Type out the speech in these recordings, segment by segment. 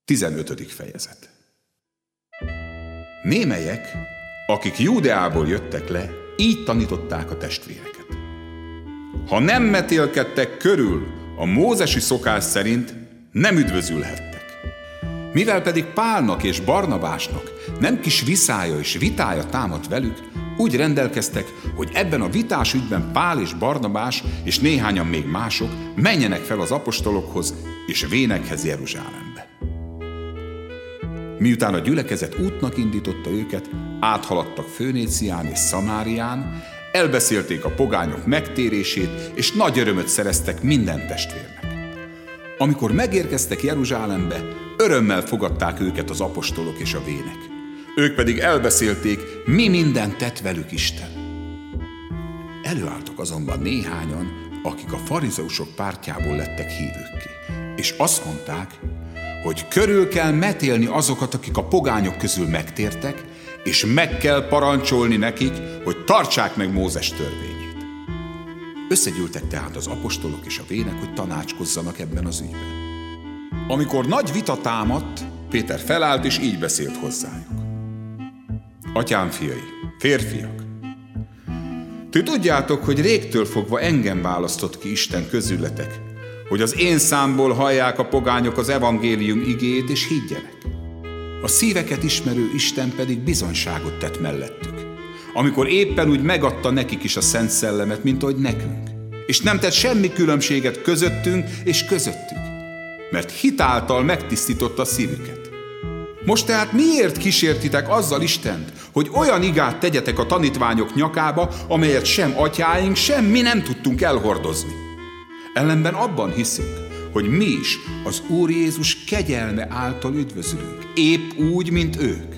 15. fejezet. Némelyek, akik Júdeából jöttek le, így tanították a testvéreket. Ha nem metélkedtek körül a mózesi szokás szerint, nem üdvözülhettek. Mivel pedig Pálnak és Barnabásnak nem kis viszája és vitája támadt velük, úgy rendelkeztek, hogy ebben a vitás ügyben Pál és Barnabás és néhányan még mások menjenek fel az apostolokhoz és vénekhez Jeruzsálembe. Miután a gyülekezet útnak indította őket, áthaladtak Fönécián és Szamárián, elbeszélték a pogányok megtérését, és nagy örömöt szereztek minden testvérnek. Amikor megérkeztek Jeruzsálembe, örömmel fogadták őket az apostolok és a vének. Ők pedig elbeszélték, mi mindent tett velük Isten. Előálltak azonban néhányan, akik a farizeusok pártjából lettek hívőkké, és azt mondták, hogy körül kell metélni azokat, akik a pogányok közül megtértek, és meg kell parancsolni nekik, hogy tartsák meg Mózes törvényét. Összegyűltek tehát az apostolok és a vének, hogy tanácskozzanak ebben az ügyben. Amikor nagy vita támadt, Péter felállt és így beszélt hozzájuk. Atyám fiai, férfiak, ti tudjátok, hogy régtől fogva engem választott ki Isten közületek, hogy az én számból hallják a pogányok az evangélium igéjét és higgyenek. A szíveket ismerő Isten pedig bizonyságot tett mellettük, amikor éppen úgy megadta nekik is a Szent Szellemet, mint ahogy nekünk, és nem tett semmi különbséget közöttünk és közöttük, mert hitáltal megtisztította a szívüket. Most tehát miért kísértitek azzal Istent, hogy olyan igát tegyetek a tanítványok nyakába, amelyet sem atyáink, sem mi nem tudtunk elhordozni? Ellenben abban hiszünk, hogy mi is az Úr Jézus kegyelme által üdvözülünk, épp úgy, mint ők.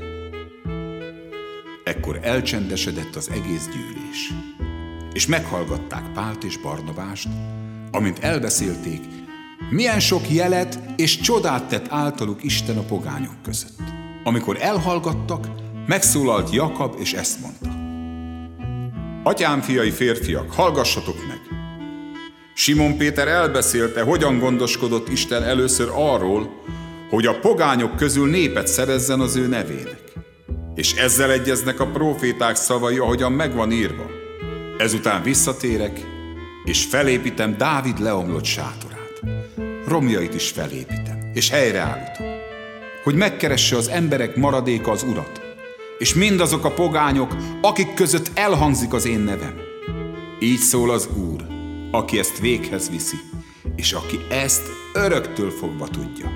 Ekkor elcsendesedett az egész gyűlés, és meghallgatták Pált és Barnabást, amint elbeszélték, milyen sok jelet és csodát tett általuk Isten a pogányok között. Amikor elhallgattak, megszólalt Jakab, és ezt mondta. Atyám fiai, férfiak, hallgassatok meg! Simon Péter elbeszélte, hogyan gondoskodott Isten először arról, hogy a pogányok közül népet szerezzen az ő nevének. És ezzel egyeznek a próféták szavai, ahogyan megvan írva. Ezután visszatérek, és felépítem Dávid leomlott sátorát. Romjait is felépítem, és helyreállítom, hogy megkeresse az emberek maradéka az Urat, és mindazok a pogányok, akik között elhangzik az én nevem. Így szól az Úr, aki ezt véghez viszi, és aki ezt öröktől fogva tudja.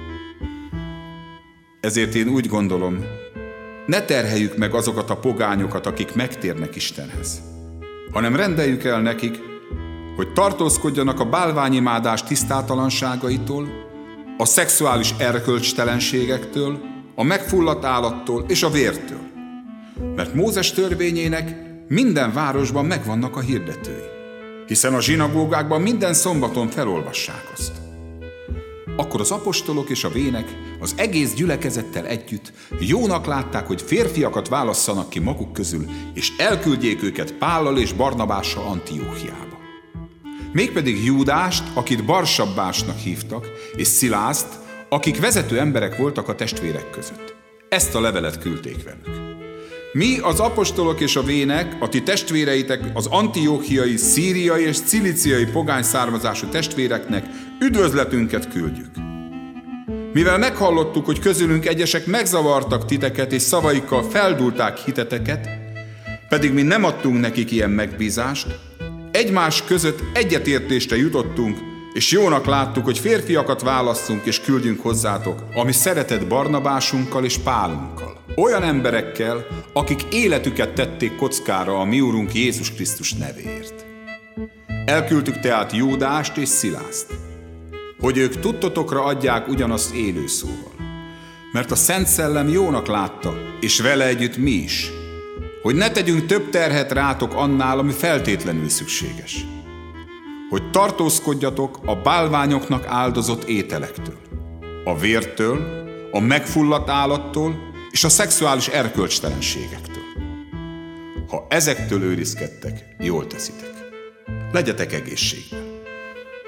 Ezért én úgy gondolom, ne terheljük meg azokat a pogányokat, akik megtérnek Istenhez, hanem rendeljük el nekik, hogy tartózkodjanak a bálványimádás tisztátalanságaitól, a szexuális erkölcstelenségektől, a megfulladt állattól és a vértől. Mert Mózes törvényének minden városban megvannak a hirdetői, hiszen a zsinagógákban minden szombaton felolvassák azt. Akkor az apostolok és a vének az egész gyülekezettel együtt jónak látták, hogy férfiakat válasszanak ki maguk közül, és elküldjék őket Pállal és Barnabással Antióchiába. Mégpedig Júdást, akit Barsabbásnak hívtak, és Szilászt, akik vezető emberek voltak a testvérek között. Ezt a levelet küldték velük. Mi, az apostolok és a vének, a ti testvéreitek, az antióchiai, szíriai és cilíciai pogány származású testvéreknek üdvözletünket küldjük. Mivel meghallottuk, hogy közülünk egyesek megzavartak titeket és szavaikkal feldúlták hiteteket, pedig mi nem adtunk nekik ilyen megbízást, egymás között egyetértésre jutottunk, és jónak láttuk, hogy férfiakat válasszunk és küldjünk hozzátok, ami szeretett Barnabásunkkal és Pálunkkal. Olyan emberekkel, akik életüket tették kockára a mi Urunk Jézus Krisztus nevéért. Elküldtük tehát Júdást és Szilászt, hogy ők tudtotokra adják ugyanazt élő szóval. Mert a Szent Szellem jónak látta, és vele együtt mi is, hogy ne tegyünk több terhet rátok annál, ami feltétlenül szükséges. Hogy tartózkodjatok a bálványoknak áldozott ételektől, a vértől, a megfulladt állattól és a szexuális erkölcstelenségektől. Ha ezektől őrizkedtek, jól teszitek. Legyetek egészségben.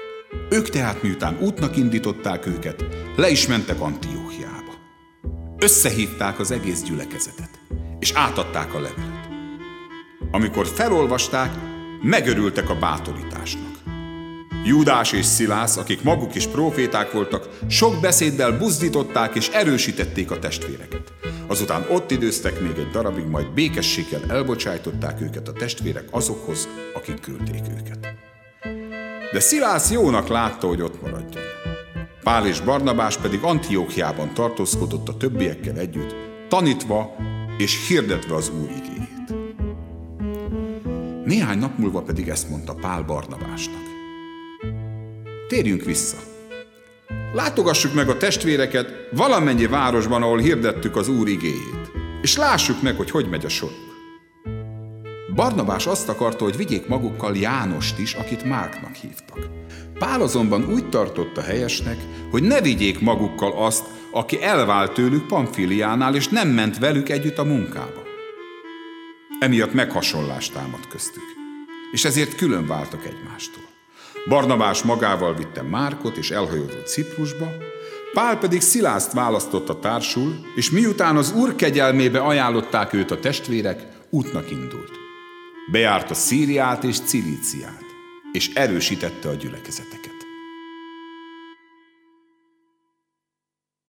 Ők tehát miután útnak indították őket, le is mentek Antióchiába. Összehívták az egész gyülekezetet, és átadták a levelet. Amikor felolvasták, megörültek a bátorításnak. Júdás és Szilász, akik maguk is próféták voltak, sok beszéddel buzdították és erősítették a testvéreket. Azután ott időztek még egy darabig, majd békességgel elbocsájtották őket a testvérek azokhoz, akik küldték őket. De Szilász jónak látta, hogy ott maradjon. Pál és Barnabás pedig Antióchiában tartózkodott a többiekkel együtt, tanítva és hirdetve az Úr igéjét. Néhány nap múlva pedig ezt mondta Pál Barnabásnak: térjünk vissza. Látogassuk meg a testvéreket valamennyi városban, ahol hirdettük az Úr igéjét, és lássuk meg, hogy megy a soruk. Barnabás azt akarta, hogy vigyék magukkal Jánost is, akit Márknak hívtak. Pál azonban úgy tartotta helyesnek, hogy ne vigyék magukkal azt, aki elvált tőlük Pamfiliánál, és nem ment velük együtt a munkába. Emiatt meghasonlást támadt köztük, és ezért külön váltak egymástól. Barnabás magával vitte Márkot, és elhajódott Ciprusba, Pál pedig Szilászt választotta társul, és miután az Úr kegyelmébe ajánlották őt a testvérek, útnak indult. Bejárta Szíriát és Cilíciát, és erősítette a gyülekezeteket.